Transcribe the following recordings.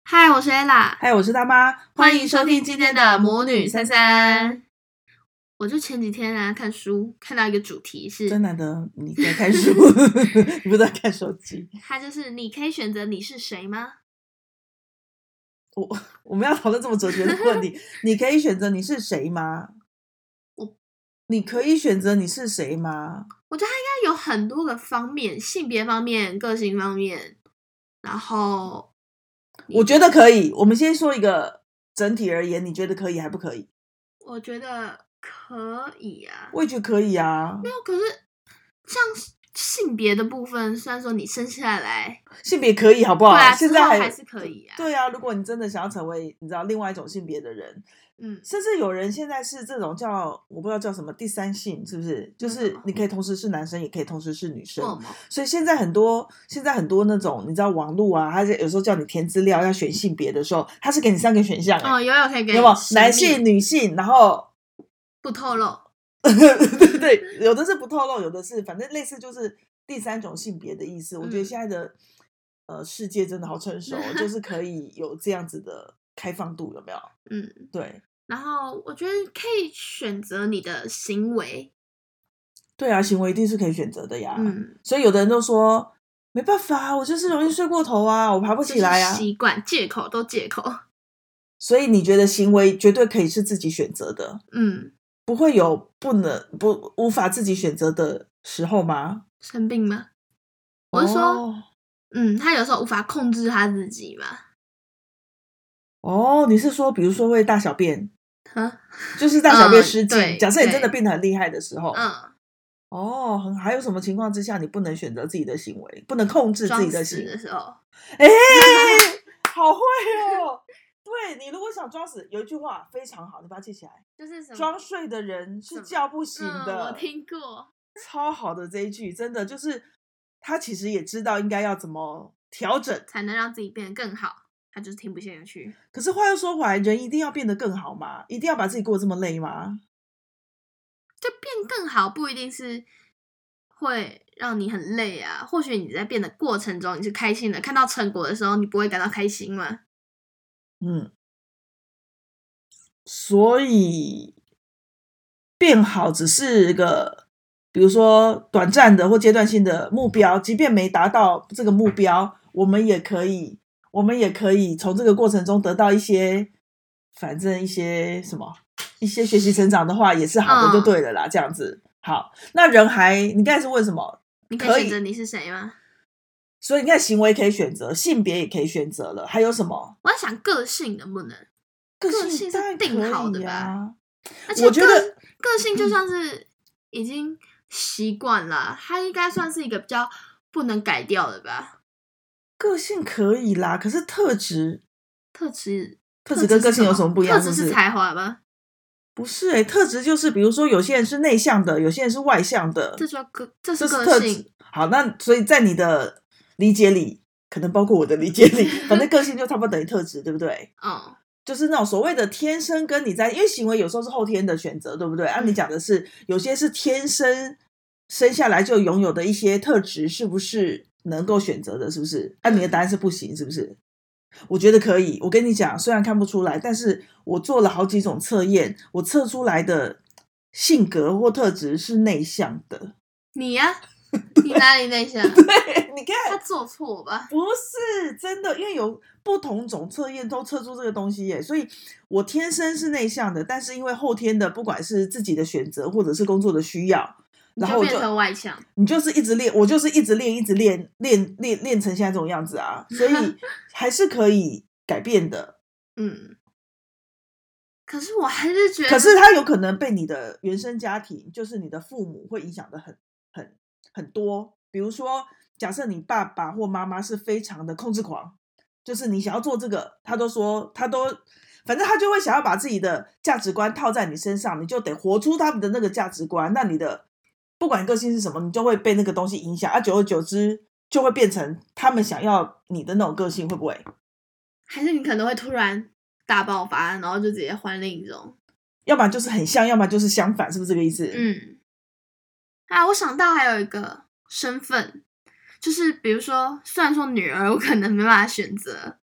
嗨，我是 Ella， 嗨，我是大妈， 欢迎收听今天的母女三三。我就前几天看书，看到一个主题是， 真难得你在看书，你不在看手机。 它就是你可以选择你是谁吗？ 我们要讨论这么哲学的问题，你可以选择你是谁吗？你可以选择你是谁吗？ 我觉得它应该有很多个方面，性别方面、个性方面，然后我觉得可以。我们先说一个整体而言，你觉得可以还不可以？ 我觉得可以啊。 我也觉得可以啊。 没有，可是像性别的部分，虽然说你生下来， 性别可以好不好？ 对啊， 现在还是可以啊。 对啊，如果你真的想要成为你知道另外一种性别的人，甚至有人现在是这种叫我不知道叫什么第三性，是不是？就是你可以同时是男生，也可以同时是女生。所以现在很多那种你知道网络啊，他有时候叫你填资料要选性别的时候，他是给你3个选项。 有可以给你， 有没有男性、女性，然后不透露。 对，有的是不透露，有的是反正类似就是第3种性别的意思。我觉得现在的世界真的好成熟，就是可以有这样子的开放度，有没有？对。 然后我觉得可以选择你的行为。 对啊，行为一定是可以选择的呀。所以有的人都说没办法，我就是容易睡过头啊，我爬不起来啊。 习惯，借口都借口。 所以你觉得行为绝对可以是自己选择的？不会有无法自己选择的时候吗？ 生病吗？我是说，他有时候无法控制他自己嘛。 你是说比如说会大小便？就是大小便失禁。假设你真的病得很厉害的时候，还有什么情况之下你不能选择自己的行为，不能控制自己的行为的时候？ 好会哦！对，你如果想装死，有一句话非常好，你把它记起来， 就是什么？ 装睡的人是叫不醒的。 我听过， 超好的这一句，真的就是他其实也知道应该要怎么调整， 才能让自己变得更好。他就是听不下去。 可是话又说回来，人一定要变得更好吗？一定要把自己过得这么累吗？ 就变更好不一定是会让你很累啊，或许你在变的过程中你是开心的，看到成果的时候你不会感到开心吗？ 所以变好只是个比如说短暂的或阶段性的目标，即便没达到这个目标，我们也可以从这个过程中得到一些一些学习成长的话，也是好的就对了啦。这样子好。那人你刚才是问什么？ 你可以选择你是谁吗？ 所以你看，行为可以选择，性别也可以选择了，还有什么？ 我在想个性能不能？个性是定好的吧？而且我觉得个性就像是已经习惯了，它应该算是一个比较不能改掉的吧？ 个性可以啦，可是特质跟个性有什么不一样？ 特质是才华吗？ 不是特质就是比如说有些人是内向的，有些人是外向的， 这是个性。 好，那所以在你的理解里，可能包括我的理解里，反正个性就差不多等于特质，对不对？就是那种所谓的天生跟你在，因为行为有时候是后天的选择，对不对？你讲的是有些是天生生下来就拥有的一些特质，是不是能够选择的？是不是？你的答案是不行，是不是？我觉得可以。我跟你讲，虽然看不出来，但是我做了好几种测验，我测出来的性格或特质是内向的。 你呀？你哪里内向？ 对，你看他做错吧？ 不是真的，因为有不同种测验都测出这个东西耶，所以我天生是内向的，但是因为后天的不管是自己的选择或者是工作的需要，然后就变成外向。 你就是一直练，我就是一直练成现在这种样子啊，所以还是可以改变的。 可是我还是觉得， 可是他有可能被你的原生家庭，就是你的父母会影响的很多。比如说假设你爸爸或妈妈是非常的控制狂，就是你想要做这个，反正他就会想要把自己的价值观套在你身上，你就得活出他们的那个价值观，那你的不管个性是什么，你就会被那个东西影响，久而久之就会变成他们想要你的那种个性，会不会？ 还是你可能会突然大爆发，然后就直接换另一种， 要不然就是很像，要不然就是相反，是不是这个意思？ 我想到还有一个身份，就是比如说，虽然说女儿我可能没办法选择，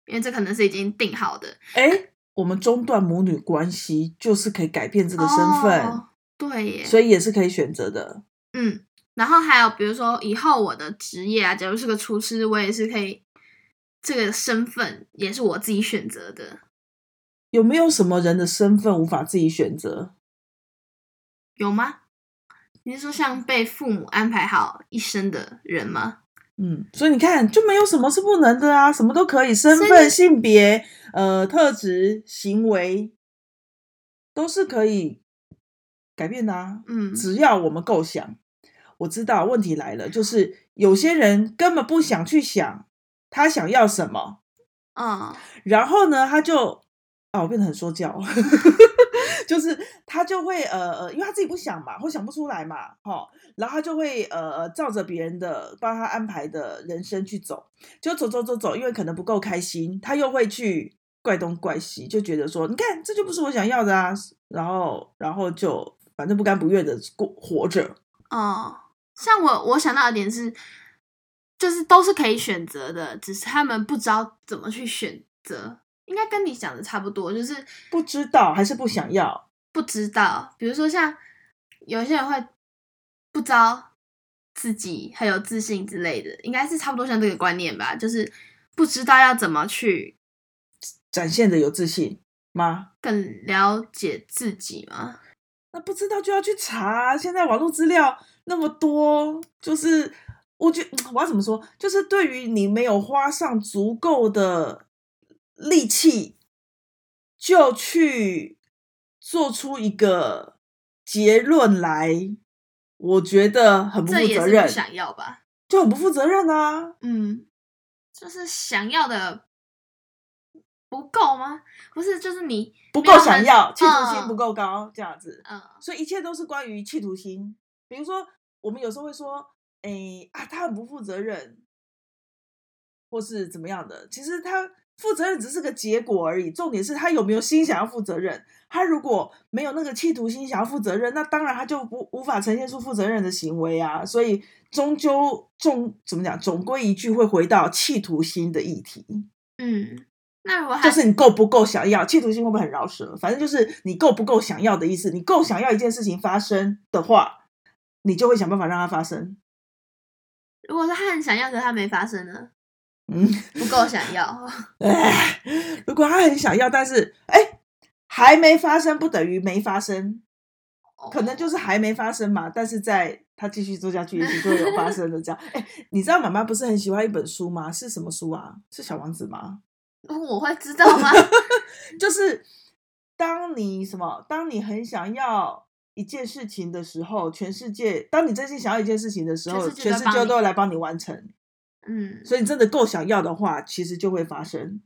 因为这可能是已经定好的。 我们中断母女关系就是可以改变这个身份， 对耶， 所以也是可以选择的。 然后还有比如说以后我的职业啊，假如是个厨师，我也是可以，这个身份也是我自己选择的。 有没有什么人的身份无法自己选择？ 有吗？你是说像被父母安排好一生的人吗？ 所以你看就没有什么是不能的啊，什么都可以，身份、性别、特质、行为都是可以改变的啊。只要我们够想。我知道问题来了，就是有些人根本不想去想他想要什么，然后呢他就我变得很说教就是他就会因为他自己不想嘛，或想不出来嘛，然后他就会照着别人的帮他安排的人生去走，就走，因为可能不够开心，他又会去怪东怪西，就觉得说你看这就不是我想要的啊，然后就反正不甘不愿的活着。 像我想到的点是，就是都是可以选择的，只是他们不知道怎么去选择，应该跟你讲的差不多，就是不知道还是不想要， 不知道。比如说像有些人会不知道自己很有自信之类的，应该是差不多像这个观念吧，就是不知道要怎么去展现的有自信吗？ 更了解自己吗？ 那不知道就要去查，现在网络资料那么多，就是我觉得我要怎么说，就是对于你没有花上足够的力气就去做出一个结论来，我觉得很不负责任。 这也是不想要吧， 就很不负责任啊。 就是想要的不够吗？不是，就是你不够想要，企图心不够高，这样子。所以一切都是关于企图心。比如说，我们有时候会说，他很不负责任，或是怎么样的。其实他负责任只是个结果而已，重点是他有没有心想要负责任。他如果没有那个企图心想要负责任，那当然他就无法呈现出负责任的行为啊。所以终究怎么讲，总归一句会回到企图心的议题。 那如果就是你够不够想要，企图心会不会很饶舌？反正就是你够不够想要的意思。你够想要一件事情发生的话，你就会想办法让它发生。 如果是他很想要，可是他没发生呢？不够想要。 如果他很想要，但是还没发生，不等于没发生，可能就是还没发生嘛。但是在他继续做下去，也许就会有发生的这样。你知道妈妈不是很喜欢一本书吗？是什么书啊？是小王子吗？ 我会知道吗？ 就是当你很想要一件事情的时候，全世界当你真心想要一件事情的时候，全世界都会来帮你完成。所以你真的够想要的话，其实就会发生。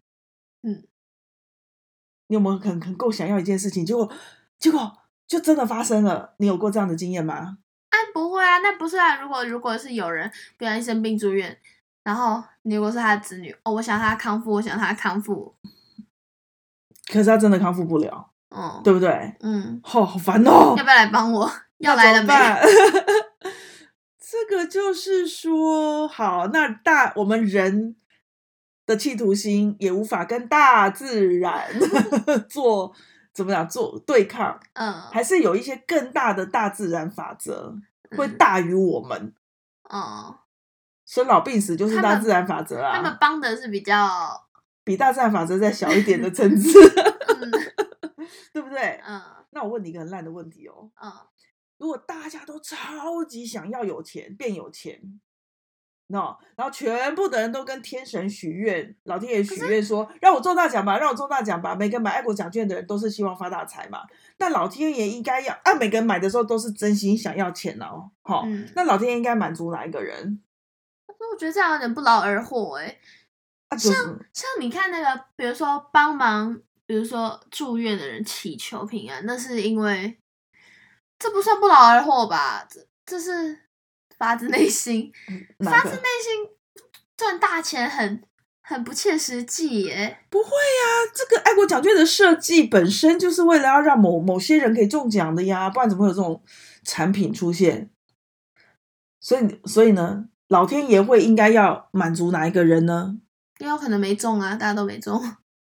你有没有很够想要一件事情，结果就真的发生了？你有过这样的经验吗？ 不会啊，那不是啊。如果是有人不小心生病住院，然后你如果是他的子女，我想他康复， 可是他真的康复不了，对不对？好烦哦！ 要不要来帮我？要来了没？ 这个就是说，好，那我们人的企图心也无法跟大自然做对抗，还是有一些更大的大自然法则会大于我们。生老病死就是大自然法则啊。 他们帮的是比大自然法则再小一点的层次，对不对？那我问你一个很烂的问题哦。如果大家都超级想要有钱，变有钱，然后全部的人都跟天神许愿，老天爷许愿说让我中大奖吧，让我中大奖吧。每个买爱国奖券的人都是希望发大财嘛。那老天爷应该要每个人买的时候都是真心想要钱哦。那老天爷应该满足哪一个人？ 我觉得这样有点不劳而获像你看那个，比如说帮忙，比如说住院的人祈求平安，那是因为这不算不劳而获吧？这是发自内心，赚大钱很不切实际耶。 不会呀，这个爱国奖券的设计本身就是为了要让某些人可以中奖的呀，不然怎么会有这种产品出现？所以呢，老天爷会应该要满足哪一个人呢？ 也有可能没中啊，大家都没中。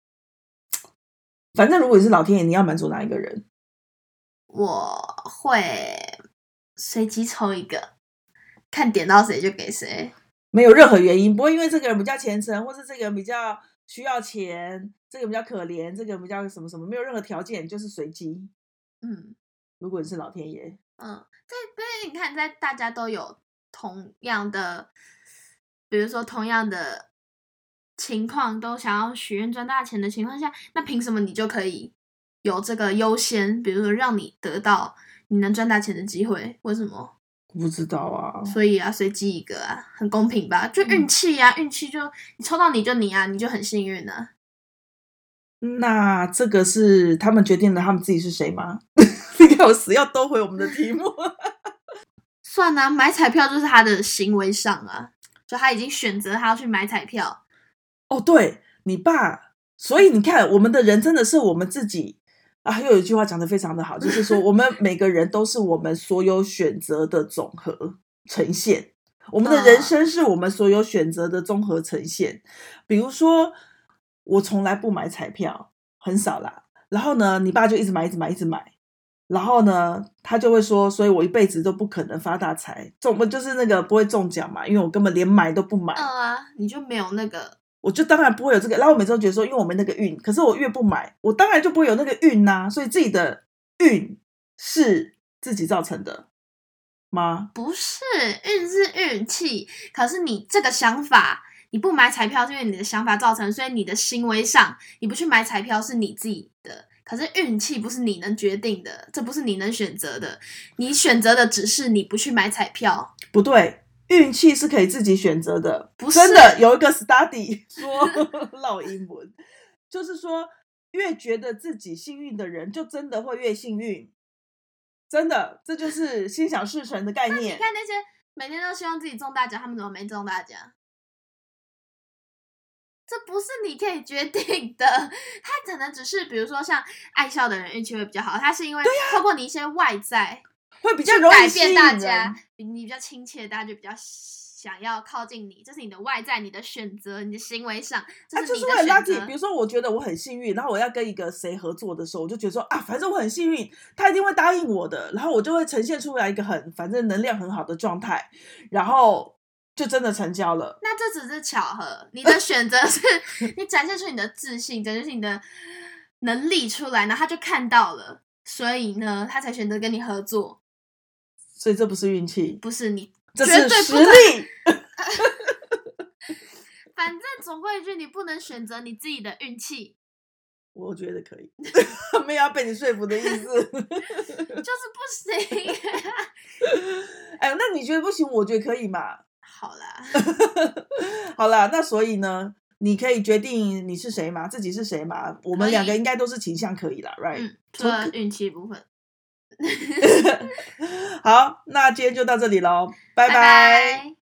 反正如果你是老天爷，你要满足哪一个人？ 我会随机抽一个，看点到谁就给谁， 没有任何原因，不会因为这个人比较虔诚，或是这个人比较需要钱，这个比较可怜，这个比较什么什么，没有任何条件，就是随机。如果你是老天爷， 对，你看，在大家都有同样的，比如说同样的情况，都想要许愿赚大钱的情况下，那凭什么你就可以有这个优先？比如说让你得到你能赚大钱的机会，为什么？ 不知道啊。 所以随机一个啊，很公平吧？就运气啊，运气就你抽到你就你啊，你就很幸运啊。 那这个是他们决定了他们自己是谁吗？你看我死要兜回我们的题目。 算啊，买彩票就是他的行为上啊，就他已经选择他要去买彩票。 哦，对，你爸，所以你看，我们的人真的是我们自己啊。又有一句话讲得非常的好，就是说我们每个人都是我们所有选择的总和呈现。我们的人生是我们所有选择的综合呈现。比如说，我从来不买彩票，很少啦。然后呢，你爸就一直买，一直买，一直买。然后呢，他就会说，所以我一辈子都不可能发大财，就是那个不会中奖嘛，因为我根本连买都不买。 你就没有那个， 我就当然不会有这个。然后我每次都觉得说，因为我没那个运，可是我越不买，我当然就不会有那个运啊。所以自己的运是自己造成的吗？ 不是，运是运气，可是你这个想法，你不买彩票是因为你的想法造成，所以你的行为上你不去买彩票是你自己的。可是运气不是你能决定的，这不是你能选择的，你选择的只是你不去买彩票。 不对，运气是可以自己选择的。 不是， 真的有一个 study 说烙英文，就是说越觉得自己幸运的人，就真的会越幸运。真的，这就是心想事成的概念。 那你看那些每天都希望自己中大奖，他们怎么没中大奖？这不是你可以决定的，他可能只是比如说像爱笑的人运气会比较好，他是因为透过你一些外在会比较容易改变大家，你比较亲切，大家就比较想要靠近你，这是你的外在，你的选择，你的行为上，这是你的选择。 就是会比如说，我觉得我很幸运，然后我要跟一个谁合作的时候，我就觉得说啊，反正我很幸运，他一定会答应我的，然后我就会呈现出来一个反正能量很好的状态，然后就真的成交了。 那这只是巧合，你的选择是你展现出你的自信，展现出你的能力出来，然后他就看到了，所以呢，他才选择跟你合作。 所以这不是运气， 不是你， 这是实力。 反正总归一句，你不能选择你自己的运气。 我觉得可以，没有要被你说服的意思， 就是不行。 哎，那你觉得不行？我觉得可以嘛。 好啦， 好啦，那所以呢，你可以决定你是谁嘛，自己是谁嘛。我们两个应该都是倾向可以啦 ，right？ 除了运气部分。 好，那今天就到这里咯，拜拜拜。